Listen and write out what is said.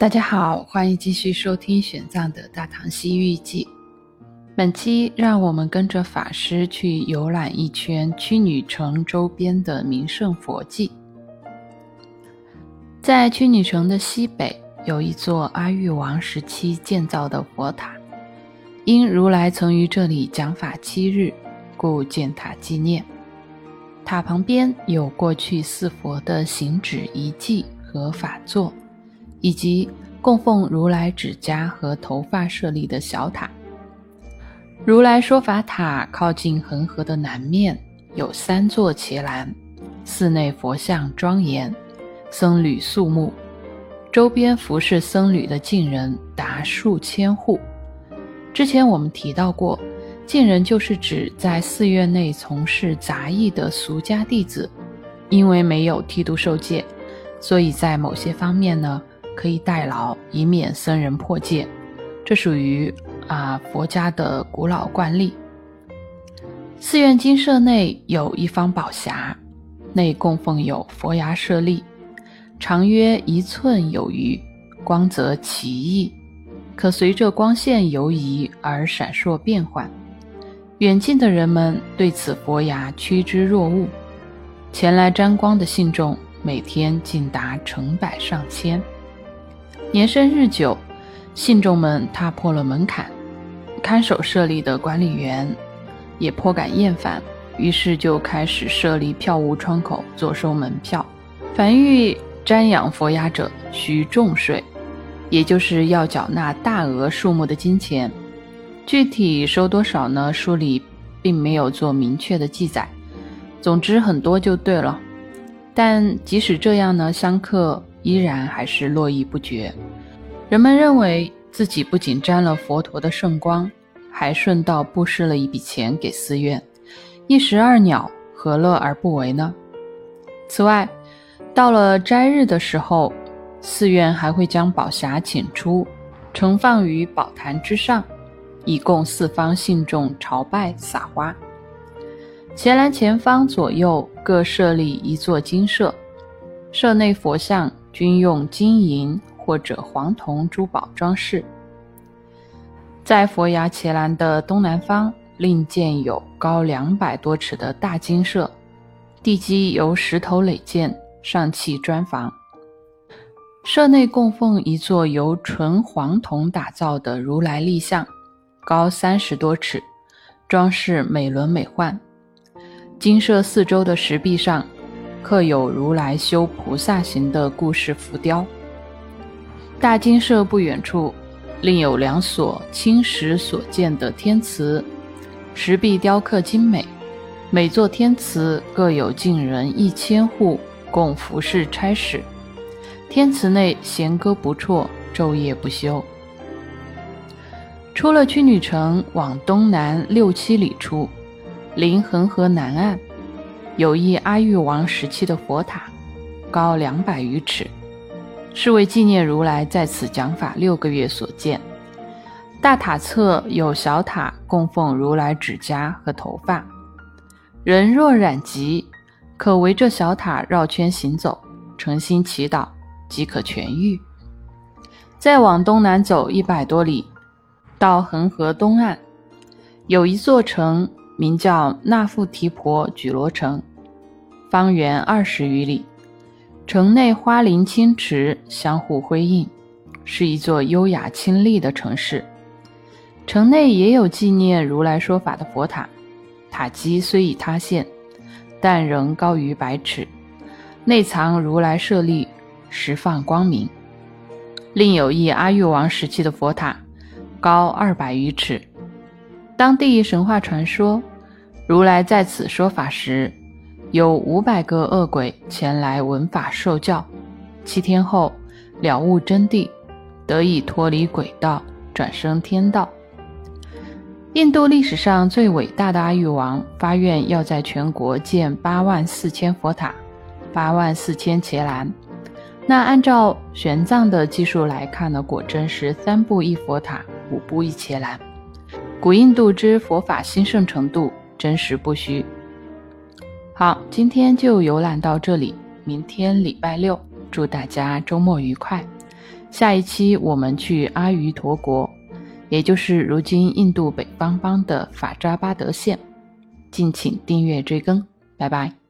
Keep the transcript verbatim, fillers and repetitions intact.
大家好，欢迎继续收听玄奘的大唐西域记。本期让我们跟着法师去游览一圈屈女城周边的名胜佛迹。在屈女城的西北有一座阿育王时期建造的佛塔，因如来曾于这里讲法七日，故建塔纪念。塔旁边有过去四佛的行止遗迹和法座，以及供奉如来指甲和头发舍利的小塔。如来说法塔靠近恒河的南面有三座伽蓝，寺内佛像庄严，僧侣肃穆，周边服侍僧侣的近人达数千户。之前我们提到过，近人就是指在寺院内从事杂役的俗家弟子，因为没有剃度受戒，所以在某些方面呢可以代劳，以免僧人破戒，这属于啊佛家的古老惯例。寺院精舍内有一方宝匣，内供奉有佛牙舍利，长约一寸有余，光泽奇异，可随着光线游移而闪烁变幻。远近的人们对此佛牙趋之若鹜，前来沾光的信众每天竟达成百上千。年深日久，信众们踏破了门槛，看守舍利的管理员也颇感厌烦，于是就开始设立票务窗口坐收门票。凡欲瞻仰佛牙者需重税，也就是要缴纳大额数目的金钱。具体收多少呢？书里并没有做明确的记载，总之很多就对了。但即使这样呢，香客依然还是络绎不绝。人们认为自己不仅沾了佛陀的圣光，还顺道布施了一笔钱给寺院，一石二鸟，何乐而不为呢？此外，到了斋日的时候，寺院还会将宝匣请出，盛放于宝坛之上，以供四方信众朝拜撒花。伽蓝前方左右各设立一座精舍，舍内佛像均用金银或者黄铜珠宝装饰。在佛牙伽蓝的东南方另建有高两百多尺的大精舍，地基由石头垒建，上砌砖房。舍内供奉一座由纯黄铜打造的如来立像，高三十多尺，装饰美轮美奂。精舍四周的石壁上刻有如来修菩萨行的故事浮雕。大精舍不远处另有两所青石所建的天祠，石壁雕刻精美，每座天祠各有近人一千户供服侍差使。天祠内弦歌不辍，昼夜不休。出了屈女城往东南六七里处，临恒河南岸有一阿育王时期的佛塔，高两百余尺，是为纪念如来在此讲法六个月所建。大塔侧有小塔供奉如来指甲和头发，人若染疾，可围着小塔绕圈行走，诚心祈祷即可痊愈。再往东南走一百多里，到恒河东岸有一座城，名叫那富提婆举罗城，方圆二十余里，城内花林清池相互辉映，是一座优雅清丽的城市。城内也有纪念如来说法的佛塔，塔基虽已塌陷，但仍高于百尺，内藏如来舍利，实放光明。另有一阿育王时期的佛塔，高二百余尺。当地神话传说，如来在此说法时，有五百个恶鬼前来闻法受教，七天后了悟真谛，得以脱离鬼道，转生天道。印度历史上最伟大的阿育王发愿要在全国建八万四千佛塔，八万四千伽蓝。那按照玄奘的技术来看呢，果真是三步一佛塔，五步一伽蓝。古印度之佛法兴盛程度真实不虚。好，今天就游览到这里，明天礼拜六，祝大家周末愉快。 下一期我们去阿瑜陀国，也就是如今印度北方邦的法扎巴德县，敬请订阅追更，拜拜。